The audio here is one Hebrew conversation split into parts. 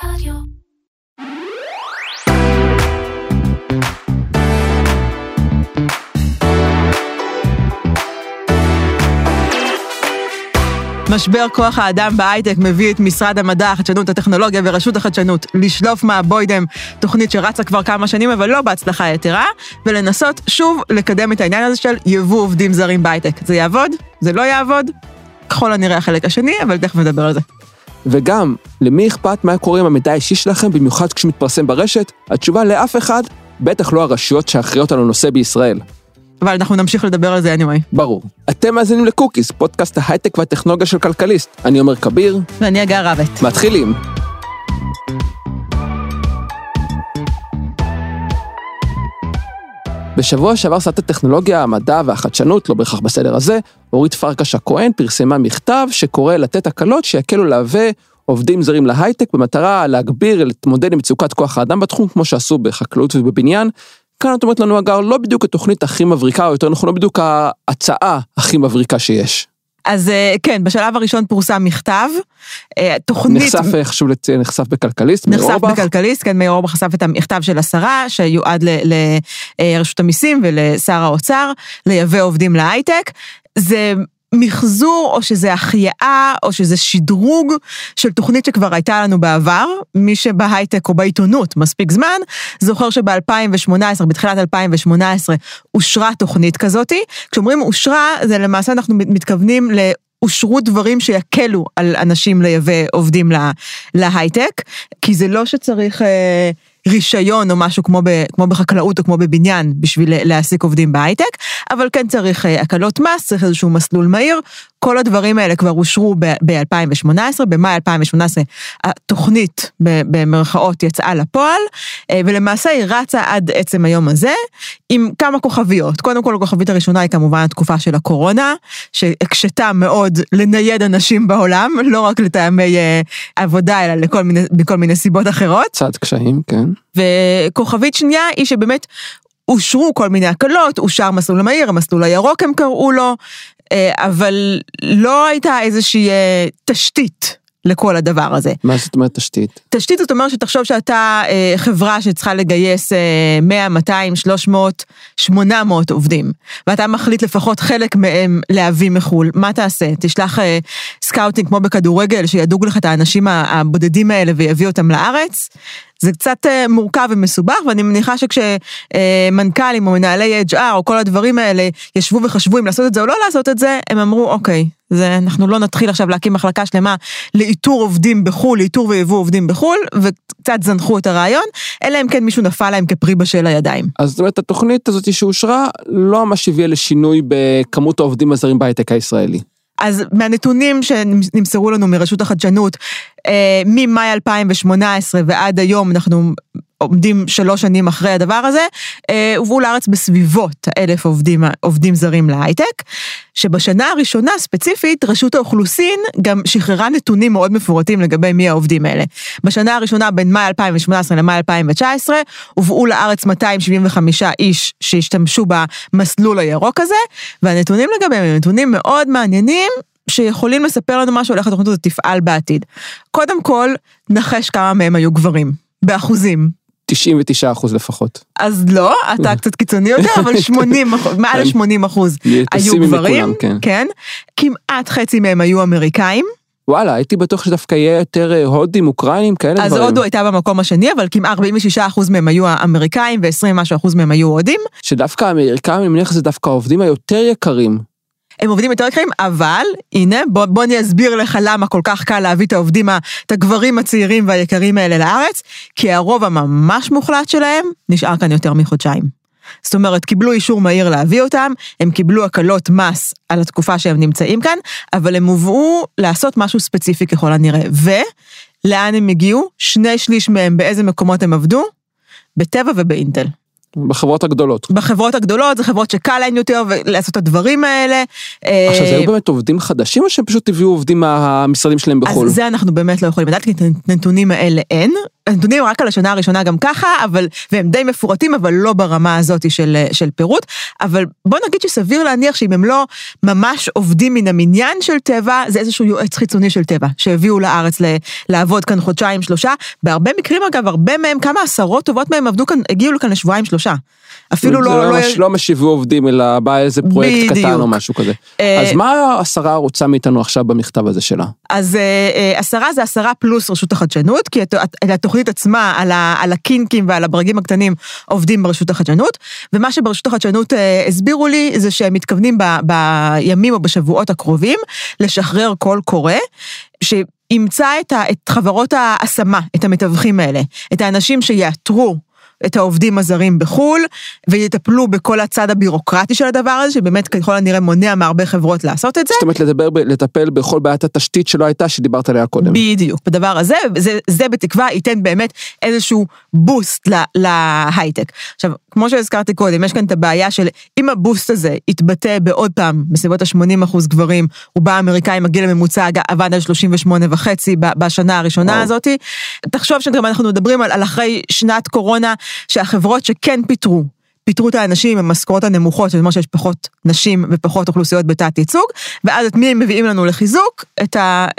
רדיו. משבר כוח האדם בהייטק מביא את משרד המדע, החדשנות, הטכנולוגיה ורשות החדשנות לשלוף מהבוידם תוכנית שרצה כבר כמה שנים, אבל לא בהצלחה יתרה, ולנסות שוב לקדם את העניין הזה של יבוא עובדים זרים בהייטק. זה יעבוד? זה לא יעבוד? ככל הנראה החלק השני, אבל תכף נדבר על זה. וגם, למי אכפת מה קורה עם המידע האישי שלכם, במיוחד כשמתפרסם ברשת? התשובה לאף אחד, בטח לא הרשויות שאחראיות על הנושא בישראל. אבל אנחנו נמשיך לדבר על זה anyway. ברור. אתם מאזינים לקוקיס, פודקאסט ההייטק והטכנולוגיה של כלכליסט. אני עומר כביר. ואני הגר רבת. מתחילים. בשבוע שעבר שרת הטכנולוגיה, המדע והחדשנות, לא בהכרח בסדר הזה, אורית פרקש הכהן פרסמה מכתב שקורא לתת הקלות שיקלו להווה עובדים זרים להייטק, במטרה להגביר, להתמודד עם מצוקת כוח האדם בתחום, כמו שעשו בחקלאות ובבניין. כאן את אומרת לנו, אגר, לא בדיוק התוכנית הכי מבריקה, או יותר נכון, לא בדיוק ההצעה הכי מבריקה שיש. אז כן, בשלב הראשון פורסם מכתב, תוכנית... חשוב לציין, נחשף בכלכליסט, מאיר אורבך. נחשף בכלכליסט, כן, מאיר אורבך חשף את המכתב של השרה, שיועד לרשות המיסים ולשר האוצר, לייבא עובדים להייטק. זה מחזור, או שזה החייאה, או שזה שדרוג של תוכנית שכבר הייתה לנו בעבר, מי שבהייטק או בעיתונות מספיק זמן, זוכר שב-2018, בתחילת 2018, אושרה תוכנית כזאת. כשאומרים אושרה, זה למעשה אנחנו מתכוונים אושרו דברים שיקלו על אנשים לייבא עובדים להייטק, כי זה לא שצריך רישיון או משהו כמו בחקלאות או כמו בבניין בשביל להעסיק עובדים בהייטק, אבל כן צריך הקלות מס, צריך איזשהו מסלול מהיר, כל הדברים האלה כבר אושרו ב-2018, במאי 2018 התוכנית במרכאות יצאה לפועל, ולמעשה היא רצה עד עצם היום הזה, עם כמה כוכביות. קודם כל הכוכבית הראשונה היא כמובן התקופה של הקורונה, שהקשתה מאוד לנייד אנשים בעולם, לא רק לטעמי עבודה, אלא בכל מיני סיבות אחרות. צד קשיים, כן. וכוכבית שנייה היא שבאמת אושרו כל מיני הקלות, אושר מסלול המהיר, המסלול הירוק הם קראו לו, אבל לא הייתה איזושהי תשתית לכל הדבר הזה. מה זאת אומרת תשתית? תשתית זאת אומרת שתחשוב שאתה חברה שצריכה לגייס 100, 200, 300, 800 עובדים, ואתה מחליט לפחות חלק מהם להביא מחול. מה תעשה? תשלח סקאוטינג כמו בכדורגל, שידוג לך את האנשים הבודדים האלה ויביא אותם לארץ? זה קצת מורכב ומסובך, ואני מניחה שכשמנכ"לים או מנהלי HR או כל הדברים האלה ישבו וחשבו אם לעשות את זה או לא לעשות את זה, הם אמרו, אוקיי, אנחנו לא נתחיל עכשיו להקים מחלקה שלמה לאיתור עובדים בחול, לאיתור ויבוא עובדים בחול, וקצת זנחו את הרעיון, אלא אם כן מישהו נפל להם כפרי בשל הידיים. אז זאת אומרת, התוכנית הזאת שאושרה, לא ממש הביאה לשינוי בכמות העובדים הזרים בהייטק הישראלי. אז מהנתונים שנמסרו לנו מרשות החדשנות, ממאי 2018 ועד היום אנחנו עומדים 3 שנים אחרי הדבר הזה, הובאו לארץ בסביבות 1,000 עובדים זרים להייטק, שבשנה הראשונה ספציפית, רשות האוכלוסין גם שחררה נתונים מאוד מפורטים לגבי מי העובדים האלה. בשנה הראשונה בין מאי 2018 למאי 2019, הובאו לארץ 275 איש שהשתמשו במסלול הירוק הזה, והנתונים לגביהם הם נתונים מאוד מעניינים, שיכולים לספר לנו משהו, איך התוכנית הזאת תפעל בעתיד. קודם כל, נחש כמה מהם היו גברים, באחוזים. 99% לפחות. אז לא, אתה קצת קיצוני יותר, אבל 80%, מעל 80% היו גברים, כן. כמעט חצי מהם היו אמריקאים. וואלה, הייתי בטוח שדווקא יהיה יותר הודים, אוקראינים, כאלה דברים. אז הודו הייתה במקום השני, אבל כמעט 46% מהם היו האמריקאים, ו20% מהם היו הודים. שדווקא האמריקאים, אני מניח שזה דווקא העובדים היותר יקרים. הם עובדים יותר יקרים, אבל, הנה, בוא אני אסביר לך למה כל כך קל להביא את העובדים, את הגברים הצעירים והיקרים האלה לארץ, כי הרוב הממש מוחלט שלהם נשאר כאן יותר מחודשיים. זאת אומרת, קיבלו אישור מהיר להביא אותם, הם קיבלו הקלות מס על התקופה שהם נמצאים כאן, אבל הם הובאו לעשות משהו ספציפי ככל הנראה. ולאן הם הגיעו? 2/3 מהם באיזה מקומות הם עבדו? בטבע ובאינטל. בחברות הגדולות. בחברות הגדולות, זה חברות שקל להן יותר לעשות את הדברים האלה. עכשיו, זה היו באמת עובדים חדשים, או שהם פשוט הביאו עובדים מהמשרדים שלהם בחול? אז זה אנחנו באמת לא יכולים לדעת, כי את הנתונים האלה אין. הנתונים רק על השנה הראשונה גם ככה, והם די מפורטים, אבל לא ברמה הזאת של פירוט. אבל בוא נגיד שסביר להניח שאם הם לא ממש עובדים מן המניין של טבע, זה איזשהו יועץ חיצוני של טבע, שהביאו לארץ לעבוד כאן חודשיים, 3. בהרבה מקרים, אגב, הרבה מהם, כמה עשרות טובות מהם עבדו כאן, הגיעו לכאן לשבועיים, 3. אפילו לא משיבו עובדים, אלא בא איזה פרויקט קטן או משהו כזה. אז מה השרה רוצה מאיתנו עכשיו במכתב הזה שלה? אז השרה זה השרה פלוס רשות החדשנות, כי התוכנית עצמה על הקינקים ועל הברגים הקטנים עובדים ברשות החדשנות, ומה שברשות החדשנות הסבירו לי זה שהם מתכוונים בימים או בשבועות הקרובים לשחרר קול קורא, שימצא את חברות ההשמה, את המתווכים האלה, את האנשים שיאתרו את העובדים הזרים בחול, ויטפלו בכל הצד הבירוקרטי של הדבר הזה, שבאמת ככל הנראה מונע מהרבה חברות לעשות את זה. זאת אומרת, לטפל בכל בעיית התשתית שלא הייתה, שדיברת עליה קודם. בדיוק, בדבר הזה, זה בתקווה ייתן באמת איזשהו בוסט להייטק. עכשיו, כמו שהזכרתי קודם, יש כאן את הבעיה של, אם הבוסט הזה יתבטא בעוד פעם, בסביבות ה-80% גברים, רובם האמריקאים הגיל הממוצע עבד על 38.5 בשנה הראשונה הזאת, תחשוב שגם אנחנו מדברים על אחרי שנת קורונה, שהחברות שכן פיטרו את האנשים עם המשכורות הנמוכות, זאת אומרת שיש פחות נשים ופחות אוכלוסיות בתת ייצוג, ואז את מי הם מביאים לנו לחיזוק? את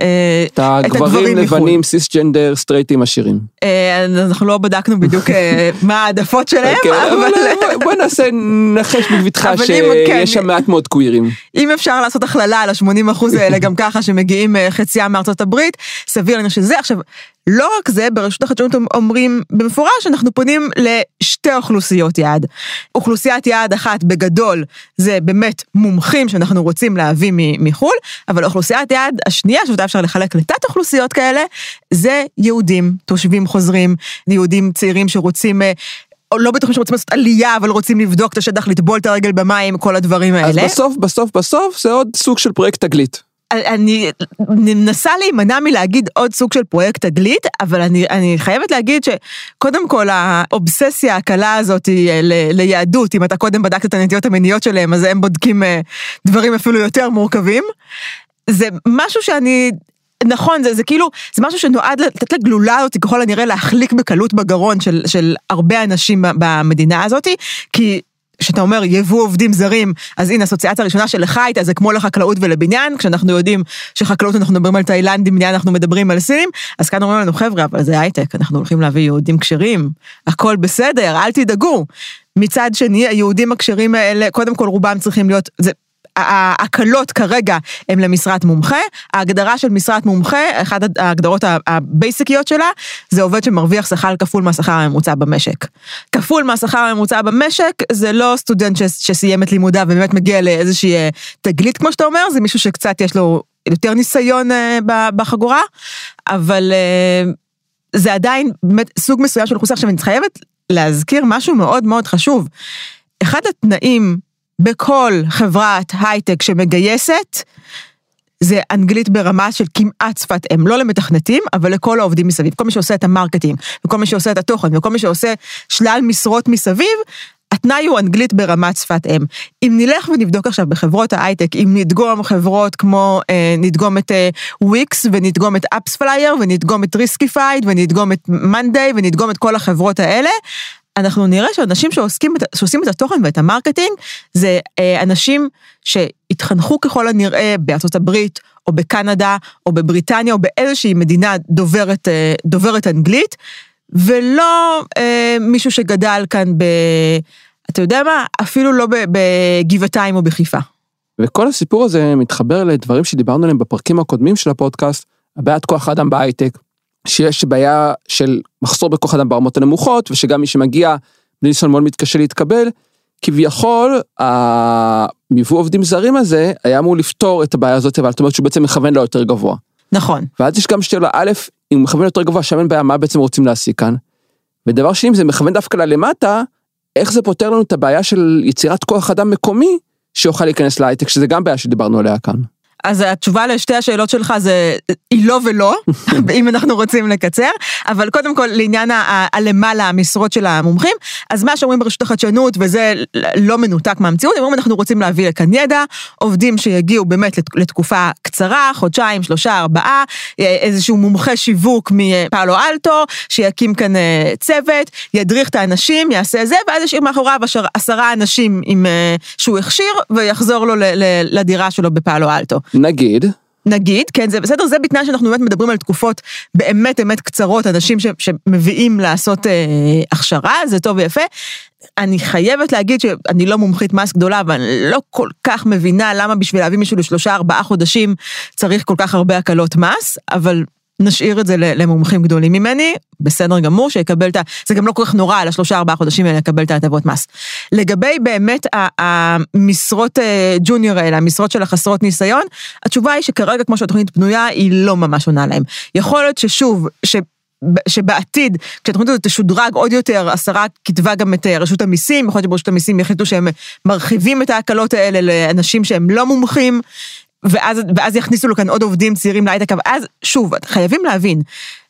הגברים לבנים, סיסג'נדר, סטרייטים עשירים. אנחנו לא בדקנו בדיוק מה העדפות שלהם, אבל בוא נעשה נחש בבטחה שיש שם מעט מאוד קווירים. אם אפשר לעשות הכללה על ה-80% האלה, גם ככה שמגיעים חציים מארצות הברית, סביר לנו שזה. עכשיו, לא רק זה, ברשות החדשנות אומרים במפורש, אנחנו פונים לשתי אוכלוסיות יעד. אוכלוסיית יעד אחת בגדול, זה באמת מומחים שאנחנו רוצים להביא מחול, אבל אוכלוסיית יעד השנייה, שאותה אפשר לחלק לתת אוכלוסיות כאלה, זה יהודים, תושבים חוזרים, יהודים צעירים שרוצים, או לא בטוחים שרוצים לעשות עלייה, אבל רוצים לבדוק את השטח, לטבול את הרגל במים, כל הדברים האלה. אז בסוף, זה עוד סוג של פרויקט תגלית. אני מנסה להימנע מלהגיד עוד סוג של פרויקט תגלית, אבל אני חייבת להגיד שקודם כל האובססיה הקלה הזאת ליהדות, אם אתה קודם בדקת את הנטיות המיניות שלהם, אז הם בודקים דברים אפילו יותר מורכבים. זה משהו שאני, נכון, זה כאילו, זה משהו שנועד לתת לגלולה הזאת, ככל הנראה להחליק בקלות בגרון של הרבה אנשים במדינה הזאת, כי שאתה אומר, יבוא עובדים זרים, אז הנה, האסוציאציה הראשונה שלך הייתה, זה כמו לחקלאות ולבניין, כשאנחנו יודעים שחקלאות אנחנו מדברים על תאילנדים, בניין אנחנו מדברים על סינים, אז כאן אומרים לנו, חבר'ה, אבל זה הייטק, אנחנו הולכים להביא יהודים כשרים, הכל בסדר, אל תדאגו. מצד שני, היהודים הכשרים האלה, קודם כל רובם צריכים להיות, ההקלות כרגע הם למשרת מומחה, ההגדרה של משרת מומחה, אחת ההגדרות הבייסיקיות שלה, זה עובד שמרוויח שכר כפול מהשכר הממוצע במשק. כפול מהשכר הממוצע במשק, זה לא סטודנט שסיים את לימודיו ובאמת מגיע לאיזושהי תגלית, כמו שאתה אומר, זה מישהו שקצת יש לו יותר ניסיון בחגורה, אבל זה עדיין באמת סוג מסוים של אוכלוסייה. עכשיו אני חייבת להזכיר משהו מאוד מאוד חשוב. אחד התנאים בכל חברת הייטק שמגייסת, זה אנגלית ברמה של כמעט שפת אם, לא למתכנתים, אבל לכל העובדים מסביב, כל מי שעושה את המרקטינג, וכל מי שעושה את התוכן, וכל מי שעושה שלל משרות מסביב, התנאי הוא אנגלית ברמת שפת אם. אם נלך ונבדוק עכשיו בחברות ההייטק, אם נדגום חברות כמו, נדגום את וויקס, ונדגום את אפספלייר, ונדגום את ריסקיפייד, ונדגום את מנדיי, ונדגום את כל החברות האלה, אנחנו נראה שאנשים שעושים את התוכן ואת המרקטינג, זה אנשים שהתחנכו ככל הנראה בארצות הברית, או בקנדה, או בבריטניה, או באיזושהי מדינה דוברת אנגלית, ולא מישהו שגדל כאן אתה יודע מה? אפילו לא בגבעתיים או בחיפה. וכל הסיפור הזה מתחבר לדברים שדיברנו עליהם בפרקים הקודמים של הפודקאסט, הבעיית כוח האדם בהייטק, שיש בעיה של מחסור בכוח אדם ברמות הנמוכות, ושגם מי שמגיע בניסיון מאוד מתקשה להתקבל, כביכול, המיבוא עובדים זרים הזה, היה אמור לפתור את הבעיה הזאת, אבל זאת אומרת שהוא בעצם מכוון לה יותר גבוה. נכון. ואז יש גם שאלה, א', אם הוא מכוון יותר גבוה, שם אין בעיה, מה בעצם רוצים להשיג כאן? ודבר שני, אם זה מכוון דווקא למטה, איך זה פותר לנו את הבעיה של יצירת כוח אדם מקומי, שיוכל להיכנס להייטק, שזה גם בעיה שדיברנו עליה כאן. אז התשובה לשתי השאלות שלך היא לא ולא, אם אנחנו רוצים לקצר, אבל קודם כל לעניין הלמעלה, המשרות של המומחים, אז מה שאומרים ברשות החדשנות, וזה לא מנותק מהמציאות, אומרים אנחנו רוצים להביא לכאן ידע, עובדים שיגיעו באמת לתקופה קצרה, חודשיים, 3, 4, איזשהו מומחה שיווק מפאלו אלטו, שיקים כאן צוות, ידריך את האנשים, יעשה זה, ואז ישאיר מאחוריו 10 אנשים שהוא הכשיר, ויחזור לו לדירה שלו בפאלו אלטו. נגיד, כן, זה בסדר, זה בתנאי שאנחנו באמת מדברים על תקופות באמת קצרות, אנשים שמביאים לעשות הכשרה, זה טוב ויפה. אני חייבת להגיד שאני לא מומחית מס גדולה, ואני לא כל כך מבינה למה בשביל להביא מישהו ל3-4 חודשים צריך כל כך הרבה הקלות מס, אבל נשאיר את זה למומחים גדולים ממני, בסדר גמור, שיקבל זה גם לא כל כך נורא, על 3-4 חודשים האלה לקבל את ההטבות מס. לגבי באמת המשרות ג'וניור האלה, המשרות של החסרות ניסיון, התשובה היא שכרגע כמו שהתוכנית בנויה, היא לא ממש עונה להם. יכול להיות ששוב, שבעתיד, כשהתוכנית הזאת תשודרג עוד יותר, השרה כתבה גם את רשות המיסים, יכול להיות שברשות המיסים יחליטו שהם מרחיבים את ההקלות האלה לאנשים שהם לא מומחים, ואז יכניסו לו כאן עוד עובדים צעירים להייטק, ואז שוב, חייבים להבין,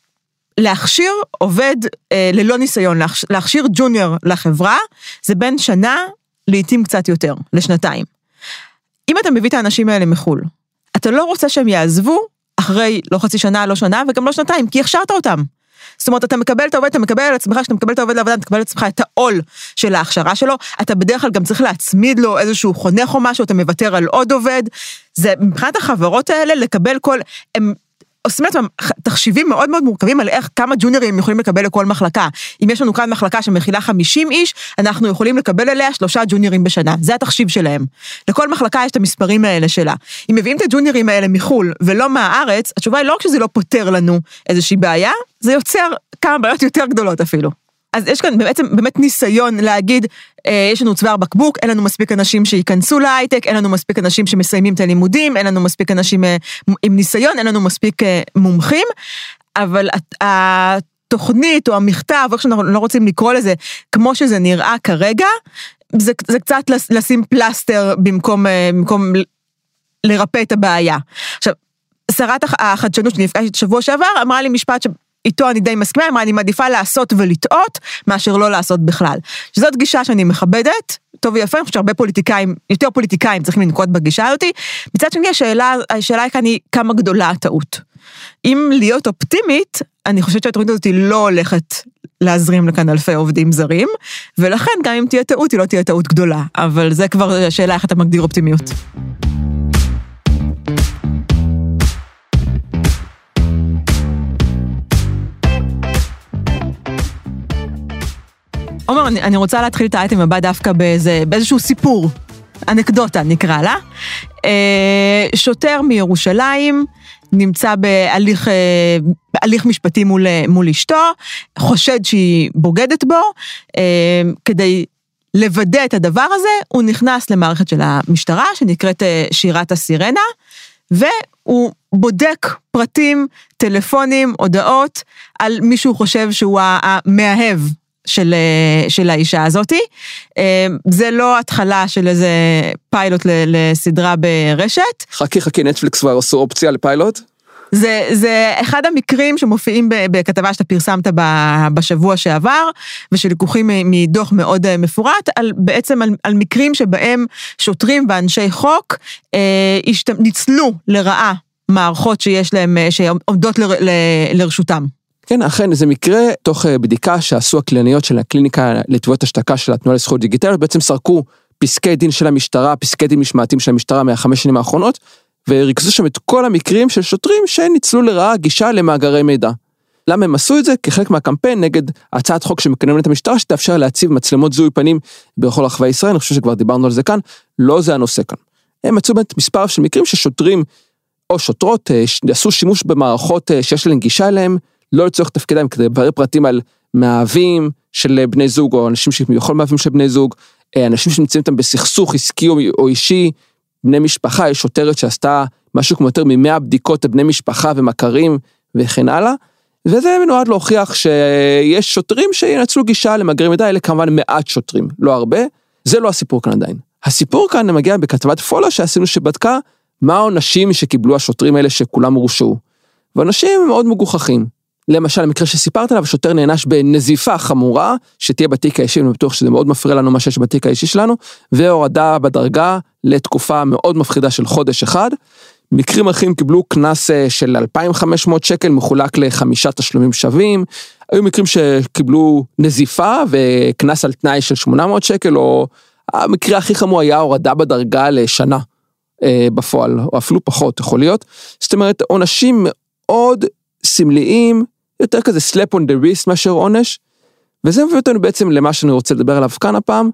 להכשיר עובד ללא ניסיון, להכשיר ג'וניור לחברה, זה בין שנה, לעתים קצת יותר, לשנתיים. אם אתה מביא את האנשים האלה מחול, אתה לא רוצה שהם יעזבו, אחרי לא חצי שנה, לא שנה, וגם לא שנתיים, כי הכשרת אותם. זאת אומרת, אתה מקבל את העובד, אתה מקבל על עצמך, כשאתה מקבל את העובד לעבודה, אתה מקבל על עצמך את העול של ההכשרה שלו, אתה בדרך כלל גם צריך להצמיד לו איזשהו חונך או משהו, אתה מוותר על עוד עובד, זה מבחינת החברות האלה, לקבל הם עושים לעצמם תחשיבים מאוד מאוד מורכבים על כמה ג'וניורים יכולים לקבל לכל מחלקה. אם יש לנו כאן מחלקה שמכילה 50 איש, אנחנו יכולים לקבל אליה 3 ג'וניורים בשנה. זה התחשיב שלהם. לכל מחלקה יש את המספרים האלה שלה. אם מביאים את הג'וניורים האלה מחול ולא מהארץ, התשובה היא לא רק שזה לא פותר לנו איזושהי בעיה, זה יוצר כמה בעיות יותר גדולות אפילו. אז יש כאן בעצם באמת ניסיון להגיד, יש לנו צוואר בקבוק, אין לנו מספיק אנשים שיכנסו להייטק, אין לנו מספיק אנשים שמסיימים את הלימודים, אין לנו מספיק אנשים עם ניסיון, אין לנו מספיק מומחים, אבל התוכנית או המכתב, איך שאנחנו לא רוצים לקרוא לזה, כמו שזה נראה כרגע, זה קצת לשים פלסטר במקום לרפא את הבעיה. עכשיו, שרת החדשנות שנפגשת שבוע שעבר, אמרה לי משפט איתו אני די מסכימה, אמרה, אני מעדיפה לעשות ולטעות, מאשר לא לעשות בכלל. שזאת גישה שאני מכבדת, טוב ויפה, אני חושבת שהרבה פוליטיקאים, יותר פוליטיקאים צריכים לנקוט בגישה אותי, מצד שני השאלה כאן היא כמה גדולה הטעות. אם להיות אופטימית, אני חושבת שהתוכנית הזאת לא הולכת להזרים לכאן אלפי עובדים זרים, ולכן גם אם תהיה טעות, היא לא תהיה טעות גדולה, אבל זה כבר השאלה איך אתה מגדיר אופטימיות. עומר, אני רוצה להתחיל את האייטם הבא דווקא באיזשהו סיפור, אנקדוטה נקרא לה. שוטר מירושלים נמצא בהליך משפטי מול אשתו, חושד שהיא בוגדת בו, כדי לוודא את הדבר הזה, הוא נכנס למערכת של המשטרה, שנקראת שירת הסירנה, והוא בודק פרטים, טלפונים, הודעות, על מישהו חושב שהוא המאהב, של האישה הזאת. זה לא התחלה של איזה פיילוט לסדרה ברשת. חכי, נטפליקס כבר עשו אופציה לפיילוט? זה אחד המקרים שמופיעים בכתבה שאתה פרסמת בשבוע שעבר, ושלקוחים מדוח מאוד מפורט, בעצם על מקרים שבהם שוטרים ואנשי חוק ניצלו לרעה מערכות שיש להם, שעומדות לרשותם. כן, אכן, זה מקרה, תוך בדיקה שעשו הקליניות של הקליניקה לתביעות השתקה של התנועה לזכויות דיגיטליות, בעצם סרקו פסקי דין של המשטרה, פסקי דין משמעתיים של המשטרה מה5 שנים האחרונות, וריכזו שם את כל המקרים של שוטרים שניצלו לרעה גישה למאגרי מידע. למה הם עשו את זה? כחלק מהקמפיין נגד הצעת חוק שמקדמת את המשטרה, שתאפשר להציב מצלמות זיהוי פנים בכל רחבי ישראל, אני חושב שכבר דיברנו על זה כאן, לא זה הנושא כאן. הם מצאו באמת מספר של מקרים ששוטרים או שוטרות עשו שימוש במערכות שיש להם גישה אליהם, לא לצורך תפקידם כדי לברר פרטים על מאהבים של בני זוג, או אנשים שיכול מאהבים של בני זוג, אנשים שנמצאים איתם בסכסוך עסקי או אישי, בני משפחה, יש שוטרת שעשתה משהו כמו יותר מ100 בדיקות לבני משפחה ומכרים וכן הלאה, וזה מנועד להוכיח שיש שוטרים שינצלו גישה למאגרי מידע, אלה כמובן מעט שוטרים, לא הרבה, זה לא הסיפור כאן עדיין. הסיפור כאן מגיע בכתבת פולה שעשינו שבדקה מה העונשים שקיבלו השוטרים האלה שכולם הורשעו? ואנשים מאוד מגוחכים. למשל, המקרה שסיפרת עליו, שוטר נענש בנזיפה חמורה, שתהיה בתיק האישי, אני בטוח שזה מאוד מפריע לנו מה שיש בתיק האישי שלנו, והורדה בדרגה לתקופה מאוד מפחידה של חודש אחד. מקרים אחרים קיבלו קנס של 2,500 שקל, מחולק ל5 תשלומים שווים. היו מקרים שקיבלו נזיפה וקנס על תנאי של 800 שקל, או המקרה הכי חמור היה הורדה בדרגה לשנה בפועל, או אפילו פחות יכול להיות. זאת אומרת, עונשים מאוד סמליים, יותר כזה slap on the wrist מאשר עונש, וזה מביא אותנו בעצם למה שאני רוצה לדבר עליו כאן הפעם,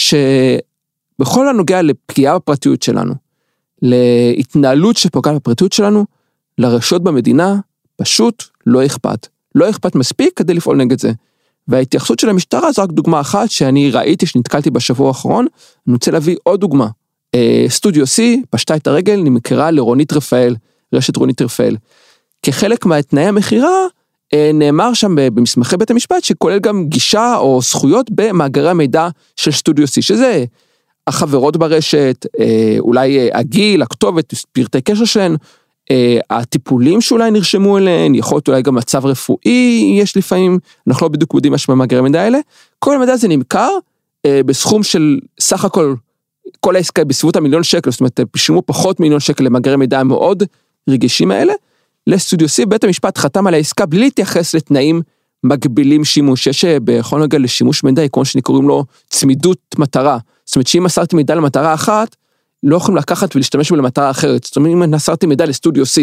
שבכל הנוגע לפגיעה בפרטיות שלנו, להתנהלות שפוגעת בפרטיות שלנו, לרשויות במדינה, פשוט לא אכפת. לא אכפת מספיק כדי לפעול נגד זה. וההתייחסות של המשטרה זו רק דוגמה אחת שאני ראיתי שנתקלתי בשבוע האחרון, אני רוצה להביא עוד דוגמה. סטודיו C פשטה את הרגל, נמכרה לרונית רפאל, רשת רונית רפאל. כחלק מהתנאי המחירה, נאמר שם במסמכי בית המשפט, שכולל גם גישה או זכויות במאגרי המידע של סטודיו C, שזה החברות ברשת, אולי הגיל, הכתובת, פרטי קשר שלהן, הטיפולים שאולי נרשמו אליהן, יכול להיות אולי גם מצב רפואי, יש לפעמים, אנחנו לא בדיוק יודעים מה שבמאגרי המידע האלה, כל המידע הזה נמכר בסכום של סך הכל, כל העסקה בסביבות $1,000,000, זאת אומרת, שילמו פחות $1,000,000 למאגרי מידע מאוד רגישים האלה, לסטודיו C, בית המשפט חתם על העסקה בלי להתייחס לתנאים מגבילים שימוש, יש בכל נוגע לשימוש מידע, עיקרון שקוראים לו צמידות מטרה, זאת אומרת שאם מסרתי מידע למטרה אחת, לא יכולים לקחת ולהשתמש בו למטרה אחרת, זאת אומרת אם מסרתי מידע לסטודיו C,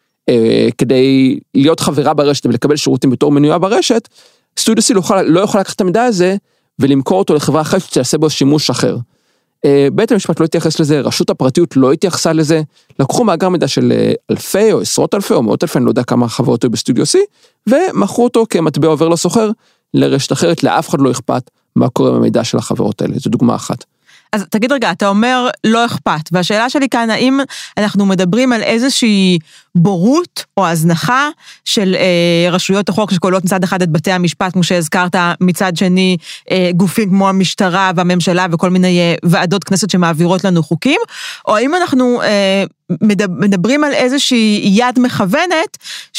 כדי להיות חברה ברשת ולקבל שירותים בתור מנויה ברשת, סטודיו C לא יכול לקחת את המידע הזה, ולמכור אותו לחברה אחרת שתעשה בו שימוש אחר. בית המשפט לא התייחס לזה, רשות הפרטיות לא התייחסה לזה, לקחו מאגר מידע של אלפי או עשרות אלפי או מאות אלפי, אני לא יודע כמה חברות היו בסטודיו C, ומכרו אותו כמטבע עובר לסוחר לרשת אחרת, לאף אחד לא אכפת מה קורה במידע של החברות האלה, זו דוגמה אחת. אז תגיד רגע, אתה אומר לא אכפת, והשאלה שלי כאן, האם אנחנו מדברים על איזושהי בורות או הזנחה של רשויות החוק שכוללות מצד אחד את בתי המשפט, כמו שהזכרת, מצד שני גופים כמו המשטרה והממשלה וכל מיני ועדות כנסת שמעבירות לנו חוקים, או האם אנחנו מדברים על איזושהי יד מכוונת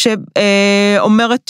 שאומרת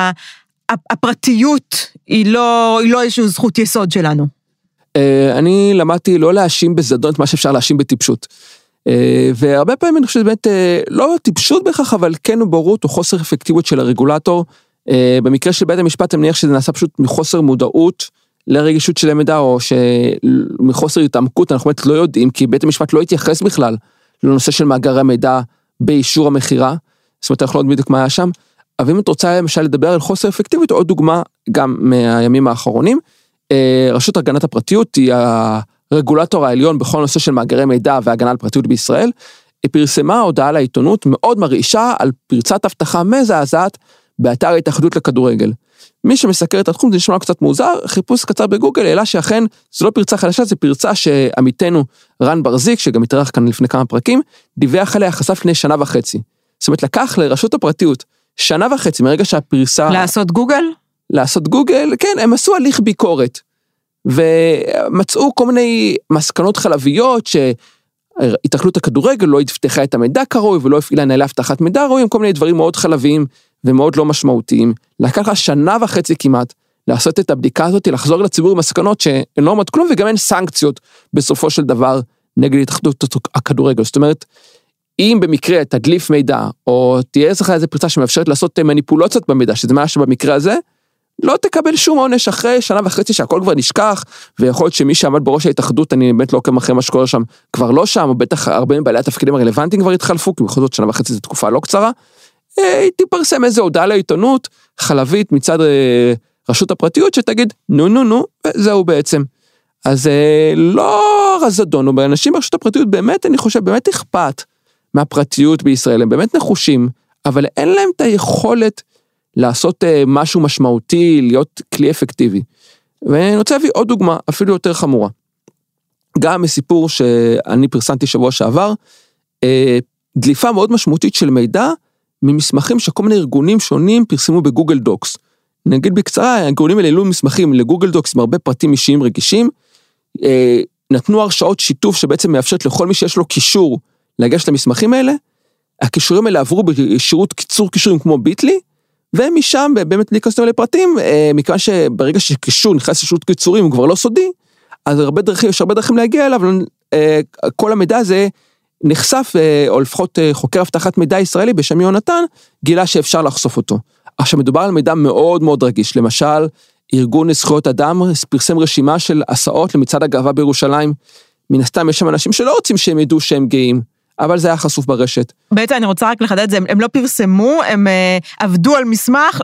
שהפרטיות היא לא איזושהי זכות יסוד שלנו. אני למדתי לא להאשים בזדון את מה שאפשר להאשים בטיפשות. והרבה פעמים אני חושב באמת, לא טיפשות בכך, אבל כן בורות או חוסר אפקטיביות של הרגולטור. במקרה של בית המשפט, אני מניח שזה נעשה פשוט מחוסר מודעות לרגישות של המידע, או מחוסר התעמקות, אנחנו באמת לא יודעים, כי בית המשפט לא התייחס בכלל לנושא של מאגרי המידע באישור המחירה. זאת אומרת, אנחנו לא יודעים בדיוק מה היה שם. אבל אם את רוצה למשל לדבר על חוסר אפקטיביות, עוד דוגמה גם מהימים האחרונים, רשות הגנת הפרטיות היא הרגולטור העליון בכל נושא של מאגרי מידע והגנה על פרטיות בישראל, היא פרסמה הודעה לעיתונות מאוד מרעישה על פרצת הבטחה מזעזעת באתר ההתאחדות לכדורגל. מי שמסקר את התחום זה נשמע קצת מוזר, חיפוש קצר בגוגל העלה שאכן זו לא פרצה חדשה, זה פרצה שעמיתנו רן ברזיק, שגם התארח כאן לפני כמה פרקים, דיווח עליה חשף לפני 1.5 שנה. זאת אומרת, לקח לרשות הפרטיות 1.5 שנה מרגע שהפרסה... לעשות גוגל, כן, הם עשו הליך ביקורת, ומצאו כל מיני מסקנות חלביות, שהתאחדות הכדורגל לא הבטיחה את המידע כראוי, ולא הפעילה נהלי אבטחת מידע ראוי, כל מיני דברים מאוד חלביים, ומאוד לא משמעותיים. לקח 1.5 שנה כמעט, לעשות את הבדיקה הזאת, לחזור לציבור עם מסקנות, שהן לא עומד כלום, וגם אין סנקציות, בסופו של דבר, נגד התאחדות הכדורגל. זאת אומרת, אם במקרה תדליף מידע, או תהיה לך איזה פרצה שמאפשרת לעשות מניפולציות במידע, שזה מה שבמקרה הזה, לא תקבל שום עונש אחרי 1.5 שנה שהכל כבר נשכח, ויכול להיות שמי שעמד בראש ההתאחדות, אני באמת לא עוקב אחרי מה שקורה שם, כבר לא שם, או בטח הרבה מבעלי התפקידים הרלוונטיים כבר התחלפו, כי בכל זאת 1.5 שנה זו תקופה לא קצרה, תפרסם איזה הודעה לעיתונות, חלבית מצד רשות הפרטיות, שתגיד, נו, וזהו בעצם. אז לא רזדון, או באנשים ברשות הפרטיות, באמת, אני חושב, באמת אכפת מהפרטיות בישראל, הם באמת נחושים, אבל אין להם את היכולת לעשות משהו משמעותי, להיות כלי אפקטיבי. ואני רוצה להביא עוד דוגמה, אפילו יותר חמורה. גם מסיפור שאני פרסמתי שבוע שעבר, דליפה מאוד משמעותית של מידע, ממסמכים שכל מיני ארגונים שונים פרסמו בגוגל דוקס. נגיד בקצרה, הארגונים האלה העלו מסמכים לגוגל דוקס, עם הרבה פרטים אישיים רגישים, נתנו הרשאות שיתוף שבעצם מאפשרת לכל מי שיש לו קישור לגשת למסמכים האלה, הקישורים האלה עברו בשירות קיצור קישורים כמו ביטלי, ומשם באמת להיכנס לפרטים, מכיוון שברגע שקישור נכנס לשירות קיצורים הוא כבר לא סודי, אז יש הרבה דרכים להגיע אליו, כל המידע הזה נחשף, או לפחות חוקר אבטחת מידע ישראלי בשם יונתן, גילה שאפשר לחשוף אותו. עכשיו מדובר על מידע מאוד מאוד רגיש, למשל, ארגון לזכויות אדם פרסם רשימה של הסעות למצעד הגאווה בירושלים, מן הסתם יש שם אנשים שלא רוצים שהם ידעו שהם גאים, אבל זה היה חשוף ברשת. בעצם אני רוצה רק לחדד את זה, הם לא פרסמו, הם עבדו על מסמך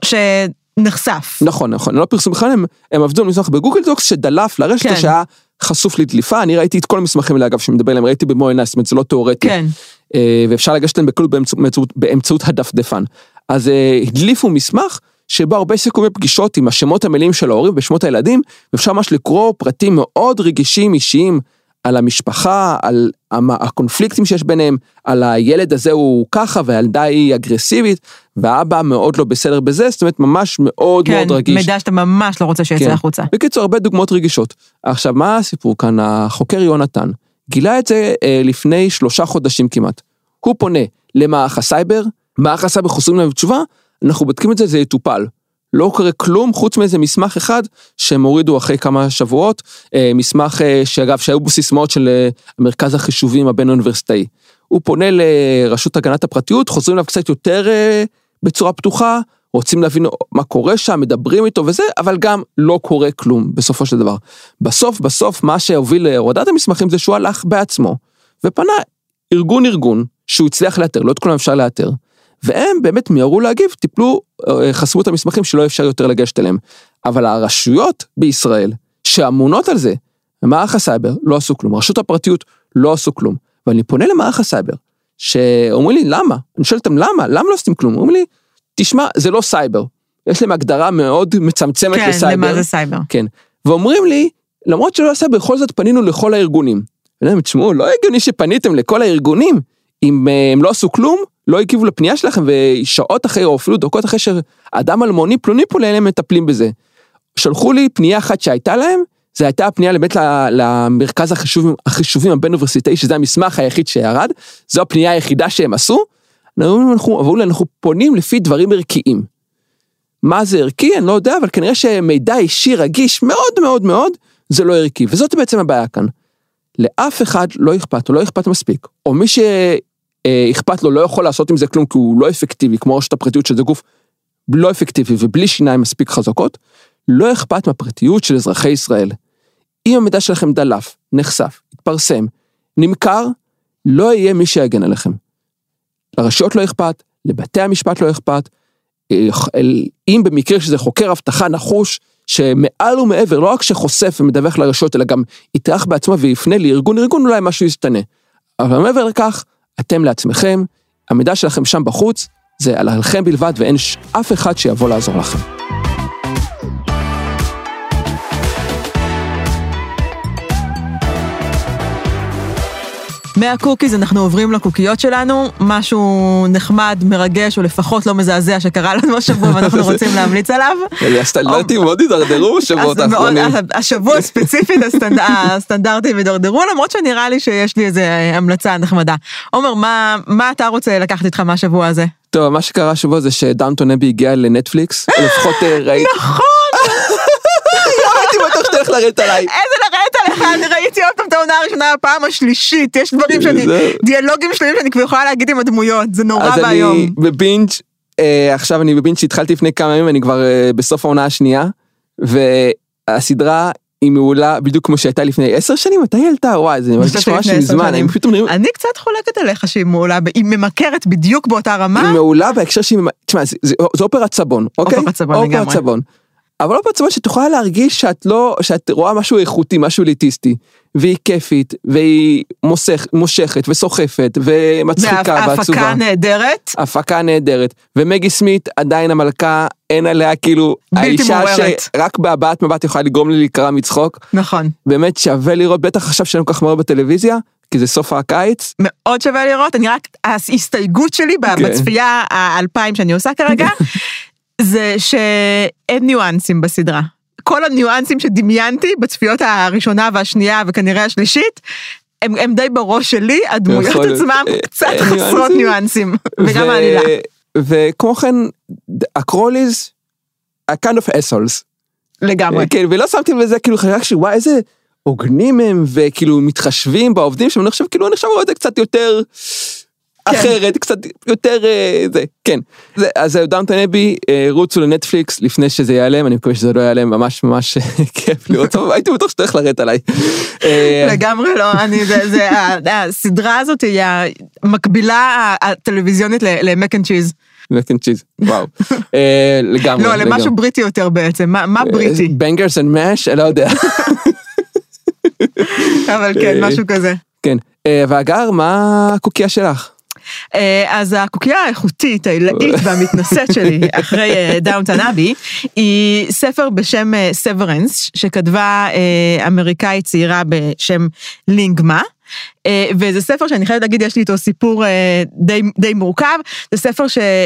שנחשף. נכון, הם לא פרסמו בכלל, הם עבדו על מסמך בגוגל דוקס שדלף לרשת כן. שהיה חשוף לדליפה, אני ראיתי את כל המסמכים האלה אגב שמדבר עליהם, ראיתי במו עיניי, זאת אומרת זה לא תיאורטי, כן. ואפשר לגשת להם בקלות באמצעות הדפדפן. אז הדליפו מסמך שבו הרבה סיכומי פגישות עם השמות המלאים של ההורים ושמות הילדים, ואפשר ממש לקרוא פרטים מאוד רגישים אישיים על המשפחה, על הקונפליקטים שיש ביניהם, על הילד הזה הוא ככה, והילדה היא אגרסיבית, והאבא מאוד לא בסדר בזה, זאת אומרת ממש מאוד מאוד רגיש. כן, מידע שאתה ממש לא רוצה שיצא החוצה. בקיצור, הרבה דוגמאות רגישות. עכשיו, מה הסיפור כאן? החוקר יונתן גילה את זה לפני 3 חודשים כמעט. הוא פונה למערך הסייבר, מערך הסייבר חוזרים להם תשובה, אנחנו בודקים את זה, זה יטופל. לא קורה כלום, חוץ מאיזה מסמך אחד, שהם הורידו אחרי כמה שבועות, מסמך שאגב, שהיו בו סיסמאות של מרכז החישובים הבין האוניברסיטאי. הוא פונה לרשות הגנת הפרטיות, חוזרים אליו קצת יותר בצורה פתוחה, רוצים להבין מה קורה שם, מדברים איתו וזה, אבל גם לא קורה כלום בסופו של דבר. בסוף, מה שהוביל להורדת המסמכים זה שהוא הלך בעצמו, ופנה ארגון, שהוא הצליח לאתר, לא את כולם אפשר לאתר, והם באמת מיהרו להגיב, טיפלו, חסמו את המסמכים שלא אפשר יותר לגשת אליהם. אבל הרשויות בישראל, שאמונות על זה, מערך הסייבר לא עשו כלום, רשות הפרטיות לא עשו כלום, ואני פונה למערך הסייבר, שאומרים לי, למה? אני שואל אותם, למה לא עושים כלום? אומרים לי, תשמע, זה לא סייבר, יש להם הגדרה מאוד מצמצמת לסייבר. כן, למה זה סייבר? כן, ואומרים לי, למרות שלא סייבר, בכל זאת פנינו לכל הארגונים. ואני תשמעו, לא הגיוני שפניתם לכל הארגונים, אם הם לא עשו כלום, לא הגיבו לפנייה שלכם, ושעות אחרי, או אפילו דקות אחרי שאדם אלמוני פלוני פולי, הם מטפלים בזה. שלחו לי פנייה אחת שהייתה להם, זה הייתה הפנייה באמת למרכז החישובים הבין-אוניברסיטאי, שזה המסמך היחיד שירד, זו הפנייה היחידה שהם עשו, אנחנו פונים לפי דברים ערכיים. מה זה ערכי? אני לא יודע, אבל כנראה שמידע אישי רגיש מאוד מאוד מאוד, זה לא ערכי, וזאת בעצם הבעיה כאן. לאף אחד לא אכפת, או לא אכפת מספיק, או מי שאכפת לו לא יכול לעשות עם זה כלום, כי הוא לא אפקטיבי, כמו רשת הפרטיות שזה גוף לא אפקטיבי, ובלי שיניים מספיק חזקות, לא אכפת מהפרטיות של אזרחי ישראל. אם המידע שלכם דלף, נחשף, התפרסם, נמכר, לא יהיה מי שיגן עליכם. לרשויות לא אכפת, לבתי המשפט לא אכפת, אם במקרה שזה חוקר הבטחה נחוש, שמעל ומעבר, לא רק שחושף ומדווח לרשויות, אלא גם יטרח בעצמו ויפנה לארגון, אולי משהו ישתנה. אבל מעבר לכך, אתם לעצמכם, המידע שלכם שם בחוץ, זה עליכם בלבד, ואין אף אחד שיבוא לעזור לכם. מהקוקיז אנחנו עוברים לקוקיות שלנו, משהו נחמד, מרגש, או לפחות לא מזעזע שקרה לנו השבוע, ואנחנו רוצים להמליץ עליו. הסטנדרטים מאוד הידרדרו בשבועות האחרונים. השבוע ספציפית הסטנדרטים הידרדרו, למרות שנראה לי שיש לי איזו המלצה נחמדה. עומר, מה אתה רוצה לקחת איתך מהשבוע הזה? טוב, מה שקרה השבוע זה שדאונטון אבי הגיע לנטפליקס, לפחות ראיתי. נכון! הייתי בטוח שתלך לרדת עליי. איזה לרדת עליך, אני ראיתי עוד פעם את העונה הראשונה, הפעם השלישית, יש דברים דיאלוגים שלמים שאני כבר יכולה להגיד עם הדמויות, זה נורא והיום. אז אני בבינג', עכשיו אני בבינג' שהתחלתי לפני כמה ימים, אני כבר בסוף העונה השנייה, והסדרה היא מעולה בדיוק כמו שהייתה לפני 10 שנים, מתי היא עלתה? וואי, זה ממש מזמן. אני קצת חולקת עליך שהיא מעולה, היא ממכרת בדיוק באותה רמה. היא מעולה בהקשר שהיא, תשמע, זה אופרת סבון, אוקיי? אופרת סבון. אבל לא בצורה שתוכל להרגיש שאת רואה משהו איכותי, משהו ליטיסטי, והיא כיפית, והיא מושכת, וסוחפת, ומצחיקה, ועצובה. והפקה נהדרת. הפקה נהדרת. ומגי סמית עדיין המלכה, אין עליה כאילו, האישה שרק בהבעת מבט יכולה לגרום לי לקרוא מצחוק. נכון. באמת שווה לראות, בטח עכשיו שאין כל כך מהר בטלוויזיה, כי זה סוף הקיץ. מאוד שווה לראות, אני רק, ההסתייגות שלי בצפייה 2000 שאני עושה כרגע, זה שאין ניואנסים בסדרה. כל הניואנסים שדמיינתי בצפיות הראשונה והשנייה וכנראה השלישית, הם די בראש שלי, הדמויות יכול- עצמם קצת חסרות ניואנסים. ניואנסים, וגם העלילה. וכמו כן, הקרוליז, kind of assholes. לגמרי. כן, ולא שמתי בזה, כאילו חשבתי שוואי, איזה הוגנים הם, וכאילו מתחשבים בעובדים שם, אני חושב, כאילו, אני חושב רואה את זה קצת יותר אחרת, קצת יותר זה, כן. אז זהו, דאונטון אבי, רוצו לנטפליקס, לפני שזה ייעלם, אני מקווה שזה לא ייעלם, ממש ממש כיף לראות, הייתי בטוח שאתה הולך לרדת עליי. לגמרי לא, הסדרה הזאת היא המקבילה הטלוויזיונית למק אנד צ'יז. מק אנד צ'יז, וואו. לגמרי. לא, למשהו בריטי יותר בעצם, מה בריטי? בנגרס אנד מאש, לא יודע. אבל כן, משהו כזה. כן, והגר, מה הקוקייה שלך? אז הקוקייה האיכותית, העילאית והמתנשאת שלי, אחרי דאונטון אבי, היא ספר בשם סוורנס, שכתבה אמריקאית צעירה בשם לינג מה, וזה ספר שאני חייבת להגיד, יש לי איתו סיפור די מורכב, זה ספר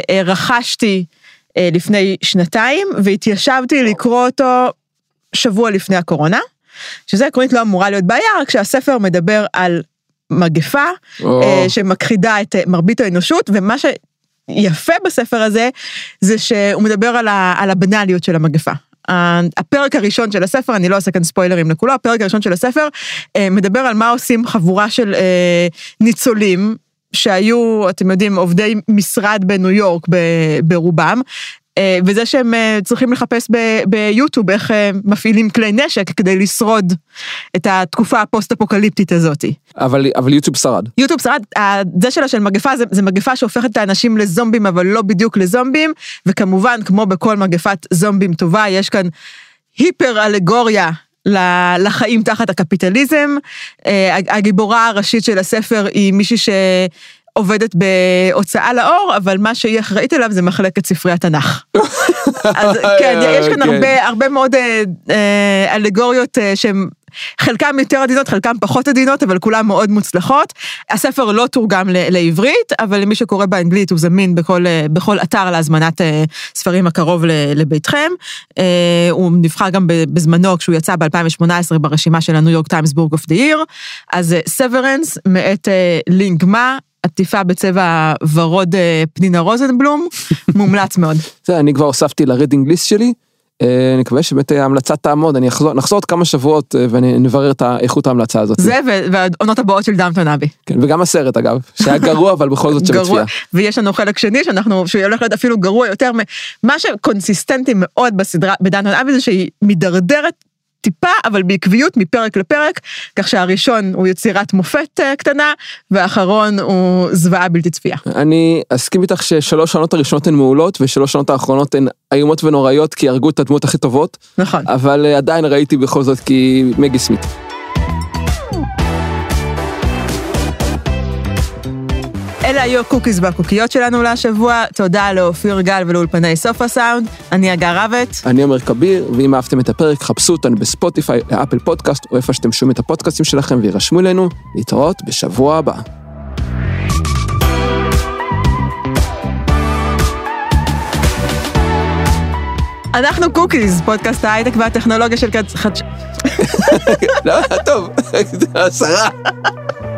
שרכשתי לפני 2 והתיישבתי לקרוא אותו שבוע לפני הקורונה, שזה עקרונית לא אמורה להיות בעיה, רק שהספר מדבר על מגפה שמכחידה את מרבית האנושות, ומה שיפה בספר הזה, זה שהוא מדבר על הבנליות של המגפה. הפרק הראשון של הספר, אני לא עושה כאן ספוילרים לכולו, הפרק הראשון של הספר מדבר על מה עושים חבורה של ניצולים, שהיו, אתם יודעים, עובדי משרד בניו יורק ברובם, וזה שהם צריכים לחפש ביוטיוב איך מפעילים כלי נשק כדי לשרוד את התקופה הפוסט-אפוקליפטית הזאת. אבל יוטיוב שרד. יוטיוב שרד, זה שלה של מגפה, זה מגפה שהופכת את האנשים לזומבים, אבל לא בדיוק לזומבים, וכמובן, כמו בכל מגפת זומבים טובה, יש כאן היפר-אלגוריה לחיים תחת הקפיטליזם. הגיבורה הראשית של הספר היא מישהי עובדת בהוצאה לאור, אבל מה שהיא אחראית אליו זה מחלקת ספרי התנ"ך. אז כן, יש כאן הרבה מאוד אלגוריות שהן חלקם יותר עדינות, חלקם פחות עדינות, אבל כולם מאוד מוצלחות. הספר לא תורגם לעברית, אבל למי שקורא באנגלית הוא זמין בכל אתר להזמנת ספרים הקרוב לביתכם. הוא נבחר גם בזמנו כשהוא יצא ב-2018 ברשימה של הניו יורק טיימס בורג אוף דה ייר. אז סוורנס מאת לינג מה, עטיפה בצבע ורוד פנינה רוזנבלום, מומלץ מאוד. אני כבר הוספתי לרידינג ליסט שלי, אני מקווה שבאמת ההמלצה תעמוד, אני נחזור עוד כמה שבועות ונברר את איכות ההמלצה הזאת. זה והעונות הבאות של דאונטון אבי. כן, וגם הסרט אגב, שהיה גרוע אבל בכל זאת שבצפייה. ויש לנו חלק שני שהוא הולך להיות אפילו גרוע יותר, מה שקונסיסטנטי מאוד בסדרה בדאונטון אבי זה שהיא מדרדרת טיפה, אבל בעקביות מפרק לפרק, כך שהראשון הוא יצירת מופת קטנה, והאחרון הוא זוועה בלתי צפייה. אני אסכים איתך ש3 שנות הראשונות הן מעולות, ו3 שנות האחרונות הן איומות ונוראיות, כי הרגו את הדמות הכי טובות. נכון. אבל עדיין ראיתי בכל זאת כי מגי סמית. אלה היו הקוקיז והקוקיות שלנו להשבוע, תודה לאופיר גל ולאולפני סוף הסאונד, אני הגר רבת. אני עומר כביר, ואם אהבתם את הפרק, חפשו אותנו בספוטיפיי, לאפל פודקאסט, או איפה שאתם שומעים את הפודקאסטים שלכם, וירשמו אלינו, להתראות בשבוע הבא. אנחנו קוקיז, פודקאסט ההייטק והטכנולוגיה של לא, טוב, 10.